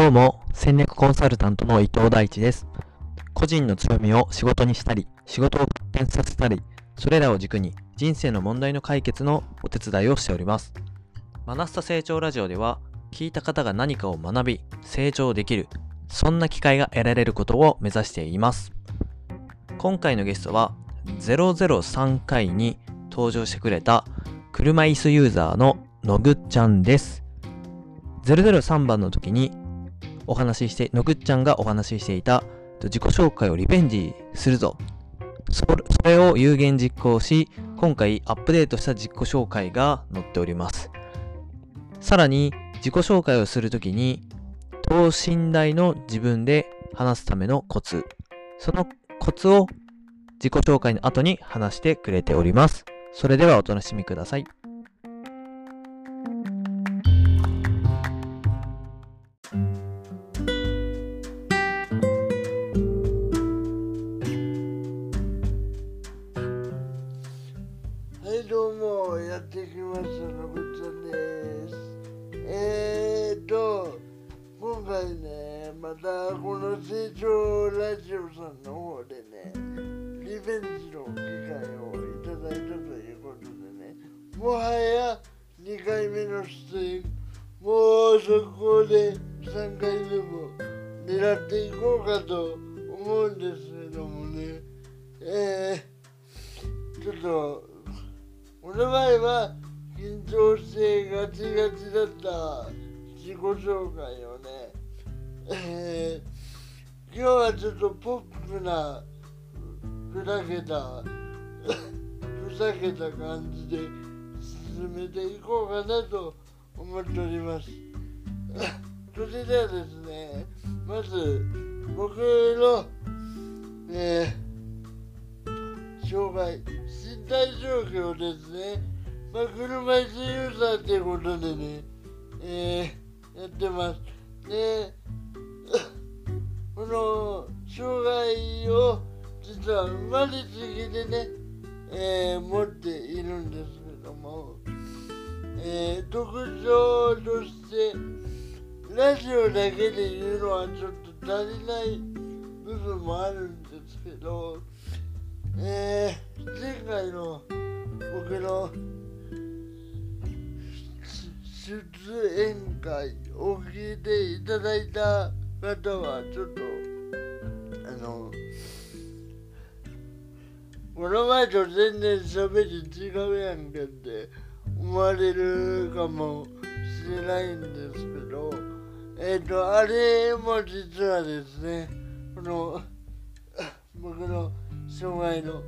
どうも、戦略コンサルタントの伊藤大地です。個人の強みを仕事にしたり、仕事を発展させたり、それらを軸に人生の問題の解決のお手伝いをしております。マナスタ成長ラジオでは、聞いた方が何かを学び、成長できる、そんな機会が得られることを目指しています。今回のゲストは、003回に登場してくれた車椅子ユーザーののぐっちゃんです。003番の時にのぐっちゃんがお話ししていた自己紹介をリベンジするぞ。それを有言実行し、今回アップデートした自己紹介が載っております。さらに自己紹介をするときに等身大の自分で話すためのコツ、そのコツを自己紹介の後に話してくれております。それではお楽しみください。 どうもやってきましたのぐっちゃんです。今回ね、またこの成長ラジオさんの方でね、リベンジの機会をいただいたということでね、もはや2回目の出演、もうそこで3回目も狙っていこうかと思うんですけどもね、ちょっと俺の場合は緊張してガチガチだった自己紹介をね、今日はちょっとポップなふざけた感じで進めていこうかなと思っております。それではですね、まず僕の、障害身体状況ですね。車椅子ユーザーってことでね、やってます。で、この障害を実は生まれつきでね、持っているんですけども、特徴としてラジオだけで言うのはちょっと足りない部分もあるんですけど、前回の僕の出演会を聞いていただいた方はちょっとこの前と全然喋り違うやんけって思われるかもしれないんですけど、あれも実はですね、この僕の障害の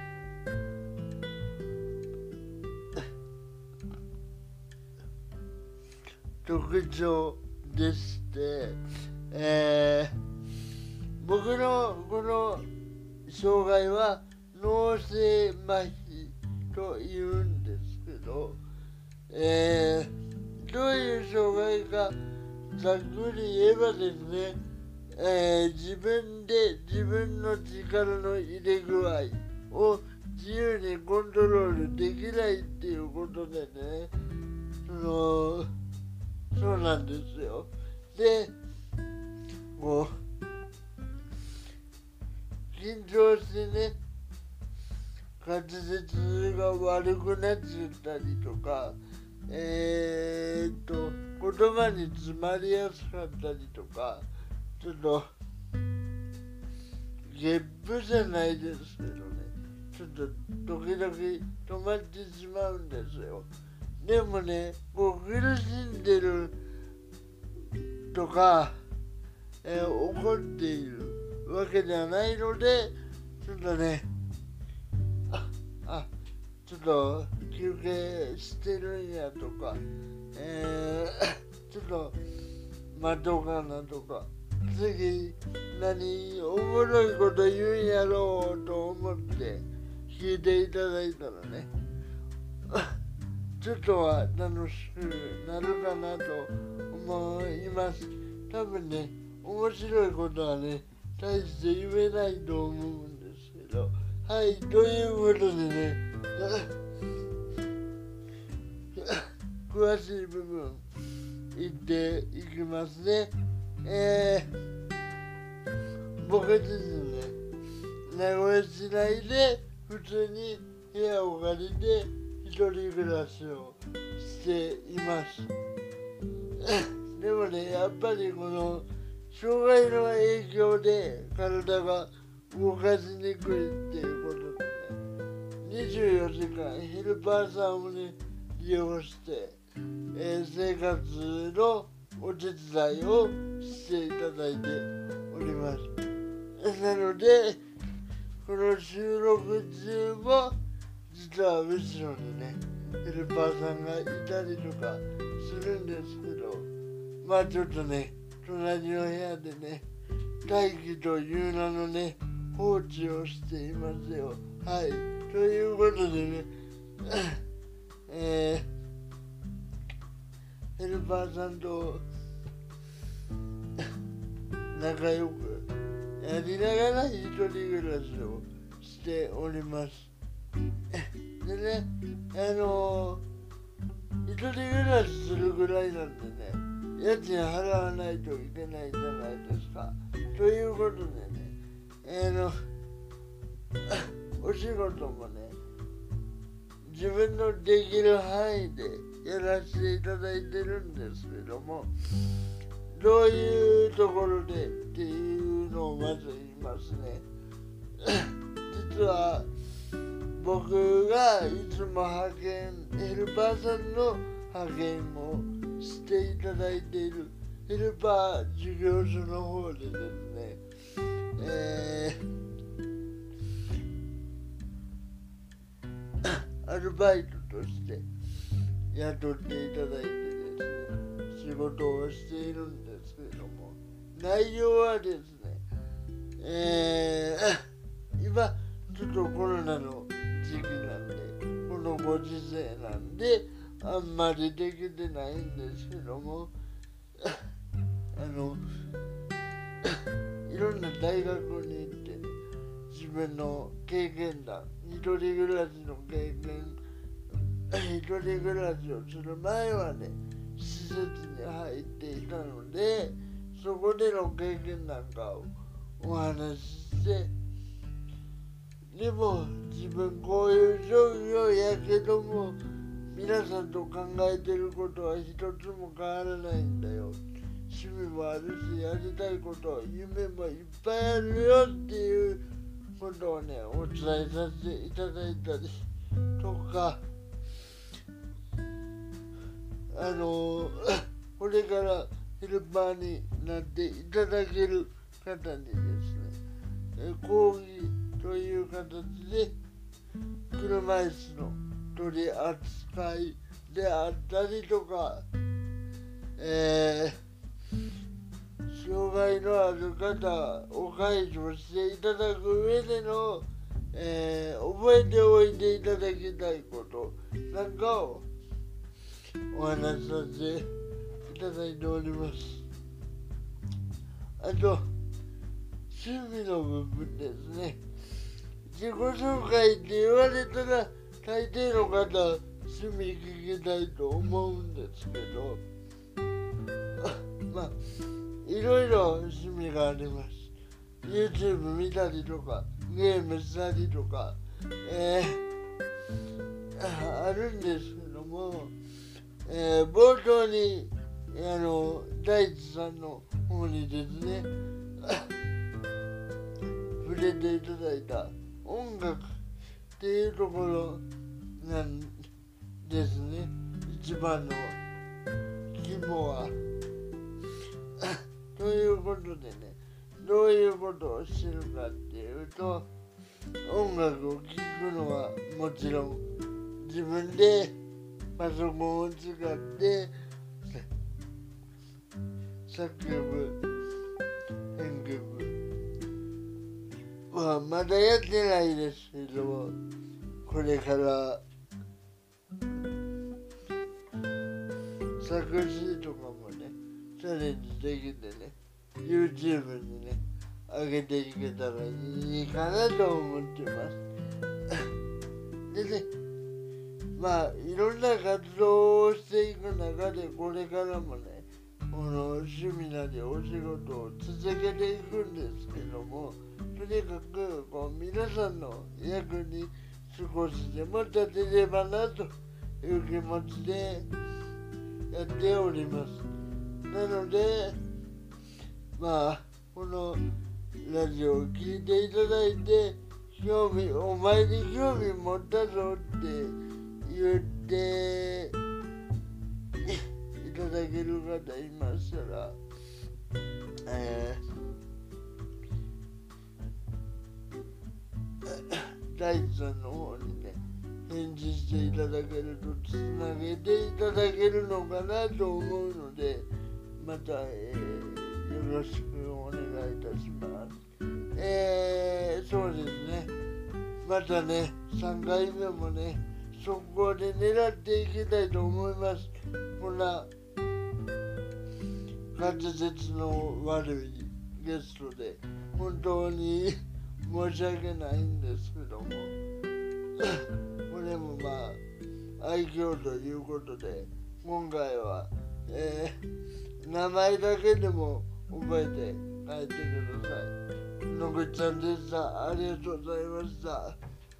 特徴でして、僕のこの障害は脳性麻痺と言うんですけど、どういう障害かざっくり言えばですね、自分で自分の力の入れ具合を自由にコントロールできないっていうことでね、そうなんですよ。で、緊張してね、滑舌が悪くなっちゃったりとか、言葉に詰まりやすかったりとか、ちょっとゲップじゃないですけどね、ちょっと時々止まってしまうんですよ。でもね、苦しんでるとか、怒っているわけではないので、ちょっとね、ちょっと休憩してるんやとか、ちょっと待とうかなとか、次何おもろいこと言うんやろうと思って聞いていただいたらね、ちょっとは楽しくなるかなと思います。多分ね、面白いことはね、大して言えないと思うんですけど、はい、ということでね、詳しい部分言っていきますね。 僕自身ね、名古屋市内で普通に部屋を借りて一人暮らしをしています。でもね、やっぱりこの障害の影響で体が動かしにくいっていうことでね、24時間ヘルパーさんをね、利用して、生活のお手伝いをしていただいております。なので、この収録中も実は後ろにね、ヘルパーさんがいたりとかするんですけど、まあちょっとね、隣の部屋でね、待機という名のね、放置をしていますよ。はい。ということでね、ヘルパーさんと仲良くやりながら一人暮らしをしております。でね、一人暮らしするぐらいなんでね、家賃払わないといけないじゃないですか。ということでね、お仕事もね、自分のできる範囲でやらせていただいてるんですけども、どういうところでっていうのをまず言いますね。実は僕がいつもヘルパーさんの派遣をしていただいているヘルパー事業所の方でですね、アルバイトとして雇っていただいてですね、仕事をしているんですけれども、内容はですね、今ちょっとコロナの時期なんで、このご時世なんであんまりできてないんですけども、いろんな大学に行ってね、自分の経験談、一人暮らしの経験、一人暮らしをする前はね、施設に入っていたので、そこでの経験なんかをお話しして、でも自分こういう職業やけども、皆さんと考えてることは一つも変わらないんだよ。趣味もあるし、やりたいこと、夢もいっぱいあるよっていうことをね、お伝えさせていただいたりとか、これからヘルパーになっていただける方にですね、講義という形で車椅子の取り扱いであったりとか、障害のある方を介助していただく上での、覚えておいていただきたいことなんかをお話しさせていただいております。あと、趣味の部分ですね。自己紹介って言われたら大抵の方趣味聞きたいと思うんですけど、まあいろいろ趣味があります。 YouTube 見たりとかゲームしたりとか、あるんですけども、冒頭に大地さんの方にですね触れていただいた音楽っていうところなんですね。一番の肝はということでね、どういうことをしてるかっていうと、音楽を聴くのはもちろん自分でパソコンを使って作曲編曲はまだやってないですけど、これから作詞とかもねチャレンジできてね、 YouTube にね上げていけたらいいかなと思ってますでね、まあいろんな活動をしていく中で、これからもね趣味なりお仕事を続けていくんですけども、とにかく皆さんの役に少しでも立てればなという気持ちでやっております。なのでこのラジオを聞いていただいてお前に興味持ったぞって言っていただける方いましたら、大地さんの方にね返事していただけるとつなげていただけるのかなと思うので、また、よろしくお願いいたします。そうですね、またね3回目もね速攻で狙っていきたいと思います。こんな滑舌の悪いゲストで本当に申し訳ないんですけどもこれも愛嬌ということで今回は、名前だけでも覚えて帰ってください。のぐちゃんでした。ありがとうございました。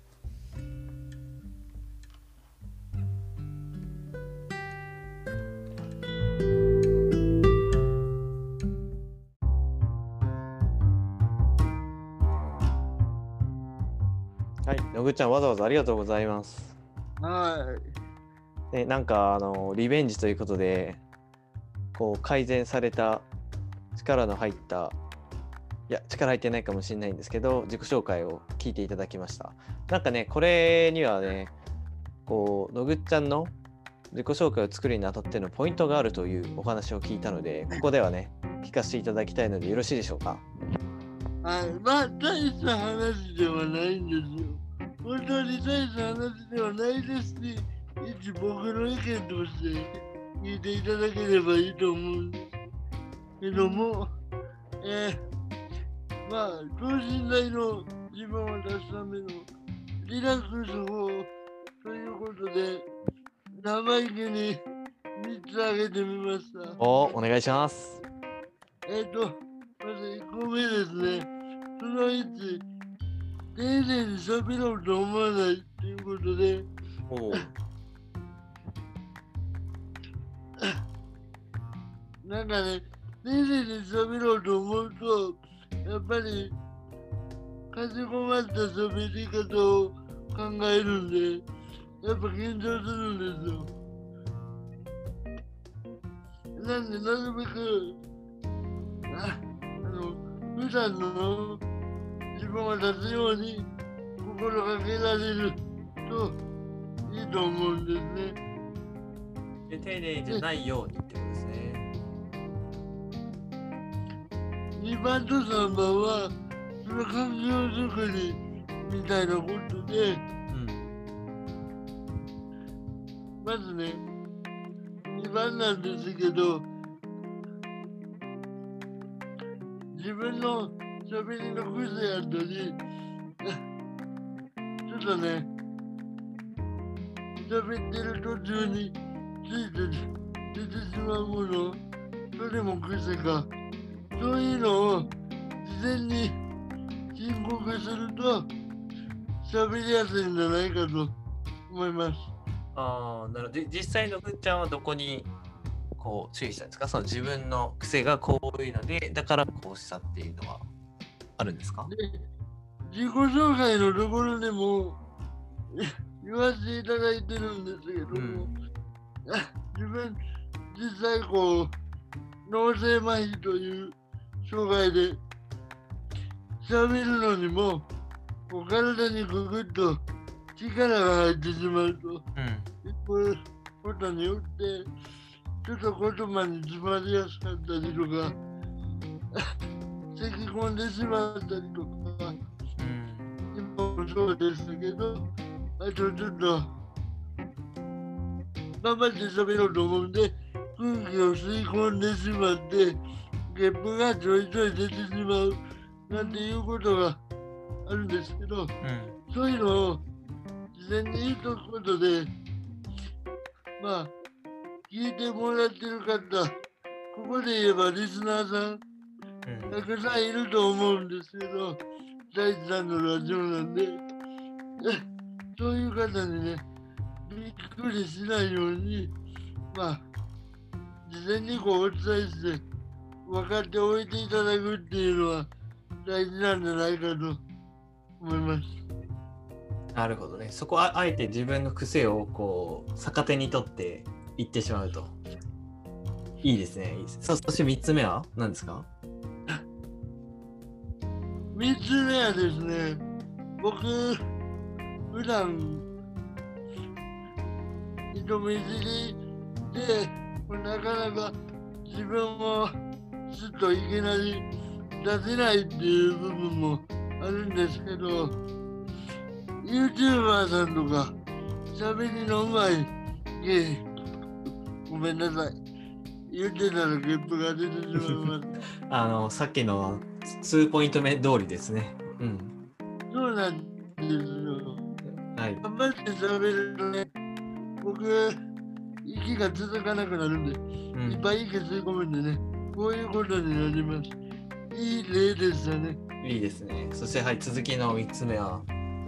はい、のぐちゃんわざわざありがとうございます。 はい。 ね、なんかリベンジということで改善された力の入った力入ってないかもしれないんですけど自己紹介を聞いていただきました。なんかねこれにはねのぐっちゃんの自己紹介を作るにあたってのポイントがあるというお話を聞いたのでここではね聞かせていただきたいのでよろしいでしょうか。 はい、大した話ではないんですよ。本当に大した話ではないですし、一僕の意見として聞いていただければいいと思うんですけども、等身大の自分を出すためのリラックス法ということで、生意気に3つ挙げてみました。 お願いします。 まず1個目ですね。その1、丁寧に喋ろうと思わないということで、なんかね、丁寧に喋ろうと思うと、やっぱり、かしこまった喋り方を考えるんで、やっぱ緊張するんですよ。なんで、なるべく、普段の自分を出すように心がけられるといいと思うんですね。 で丁寧じゃないようにってことですね。 2番と3番はその環境づくりみたいなことで、まずね2番なんですけど、自分の喋りの癖やったりちょっとね喋ってる途中について出てしまうもの、それも癖か、そういうのを事前に申告すると喋りやすいんじゃないかと思います。 なるほど。実際のぐっちゃんはどこに注意したんですか？その自分の癖がこういうのでだからこうしたっていうのはあるんですか？ で自己紹介のところでも言わせていただいてるんですけども、自分実際脳性麻痺という障害で喋るのにも体にググッと力が入ってしまうと、いうことによってちょっと言葉に詰まりやすかったりとか咳き込んでしまったりとか、今もそうですけど、あとちょっと頑張って喋ろうと思うんで空気を吸い込んでしまってゲップがちょいちょい出てしまうなんていうことがあるんですけど、そういうのを事前に言うとくことで聞いてもらってる方、 ここで言えばリスナーさんたくさんいると思うんですけど、大地さんのラジオなんで、そういう方にね、びっくりしないように、まあ、事前にこうお伝えして、分かっておいていただくっていうのは大事なんじゃないかと思います。 なるほどね。そこはあえて自分の癖をこう逆手にとって言ってしまうと。いいですね。いいです。そして3つ目は何ですか 3つ目はですね、僕、普段、人見知りで、なかなか自分をすっといきなり出せないっていう部分もあるんですけど、YouTuber さんとか、喋りのうまい芸、ごめんなさい。言ってたらゲップが出てしまいます。 さっきの2ポイント目通りですね。 そうなんですよ。 はい。 頑張って喋るとね、僕、息が続かなくなるんで、いっぱい息吸い込むんでね、こういうことになります。いい例でしたね。 いいですね。そしてはい、続きの3つ目は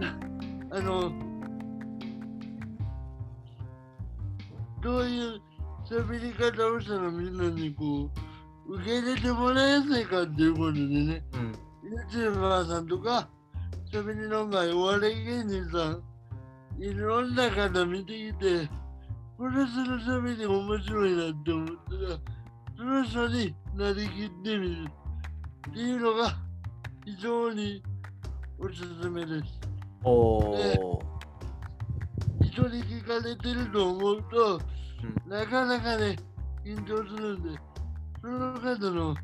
どういう喋り方をしたらみんなにこう、受け入れてもらいやすいかっていうことでね、YouTuber さんとか、喋りの前、お笑い芸人さん、いろんな方見てきて、この人の喋り面白いなって思ったら、その人になりきってみるっていうのが非常におすすめです。人に聞かれてると思うと、なかなかね、緊張するんで、その方の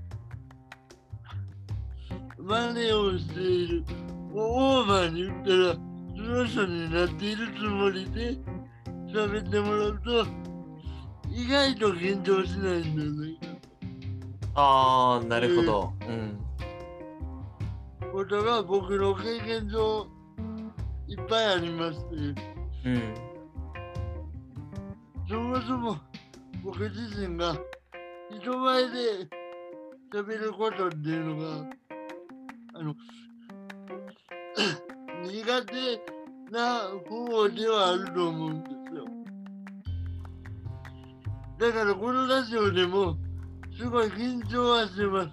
真似をしている、オーバーに言ったら、その人になっているつもりで喋ってもらうと、意外と緊張しないんだよね。 なるほど。 ことが僕の経験上いっぱいありまして、そもそも僕自身が人前で喋ることっていうのが苦手な方ではあると思うんですよ。だからこのラジオでもすごい緊張はしてます。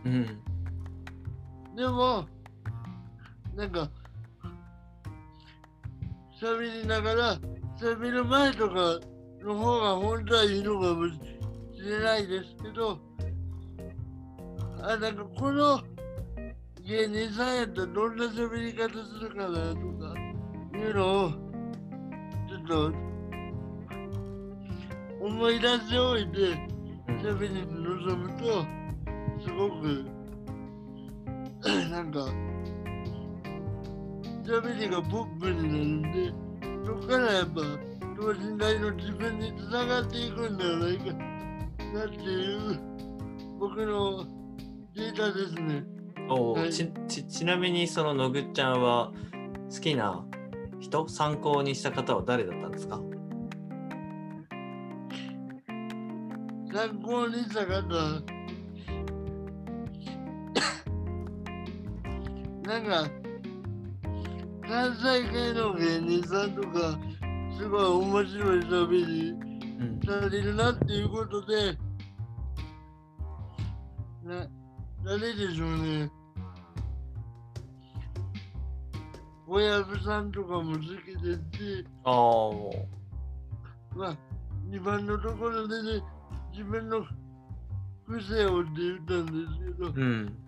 でもなんか喋りながら喋る前とかの方が本当はいいのかもしれないですけど、なんかこの芸人さんやったらどんな喋り方するかなとかいうのをちょっと思い出しておいて喋りに臨むとすごくなんか喋りがポップになるんで、そこからやっぱ等身大の自分につながっていくんではないかなっていう僕のデータですね。 ちなみにそののぐっちゃんは好きな人、参考にした方は誰だったんですか？ 参考にした方なんか関西系の芸人さんとかすごい面白い喋りされるなっていうことで、誰でしょうね。小籔さんとかも好きですし、まあ2番のところでね、自分の癖をって言ったんですけど、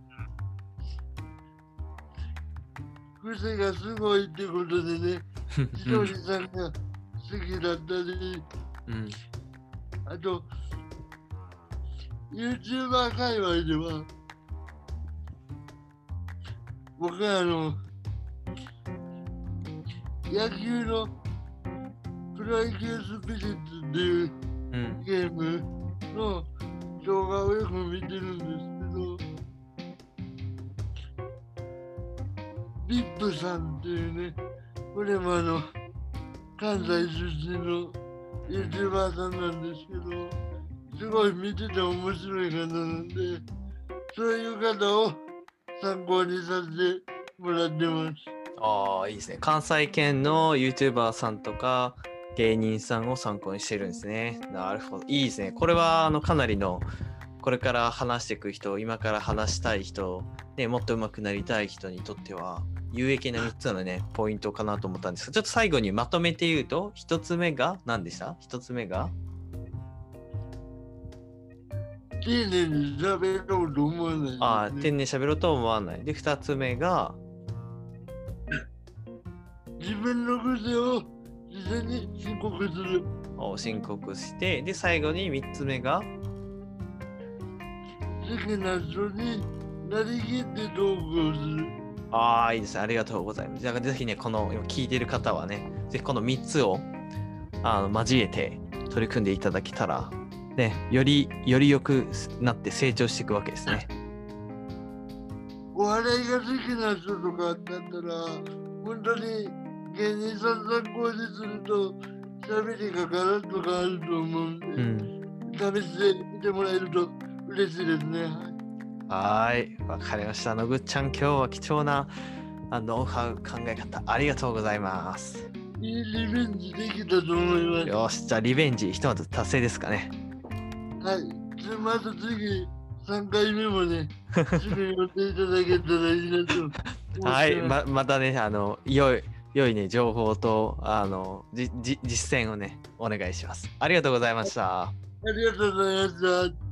癖がすごいってことでね、千鳥さんが好きだったり、あと YouTuber 界隈では僕は野球のプロ野球スピリッツっていうゲームの動画をよく見てるんですけど、ビップさんっていうね、これも関西出身の YouTuber さんなんですけど、 すごい見てて面白い方なんで、そういう方を参考にさせてもらってます。 ああ、いいですね。関西圏の YouTuber さんとか芸人さんを参考にしてるんですね。なるほど。いいですね。これはかなりのこれから話していく人、今から話したい人、ね、もっと上手くなりたい人にとっては有益な3つのね、ポイントかなと思ったんですが、ちょっと最後にまとめて言うと、1つ目が何でした？ 1 つ目が丁寧に喋ろうと思わないですね。 丁寧に喋ろうと思わない。で、2つ目が自分の癖を事前に申告する。 申告して、で、最後に3つ目が好きな人になりきって投稿する。 いいですね。ありがとうございます。じゃあぜひね、この今聞いている方はね、ぜひこの3つを交えて取り組んでいただけたら、ね、より良くなって成長していくわけですね。 お笑いが好きな人とかだったら、本当に芸人さん参考にすると、喋りがガラッと変わると思うんで、試してみてもらえると嬉しいですね。 はい、わかりました。のぐっちゃん、今日は貴重なノウハウ考え方ありがとうございます。 いいリベンジできたと思います。 よし、じゃあリベンジひとまず達成ですかね。 はい。また次、3回目もね、すぐ寄っていただけたらいいなと。 はい、またね、良いね、情報と実践をね、お願いします。ありがとうございました。 ありがとうございました。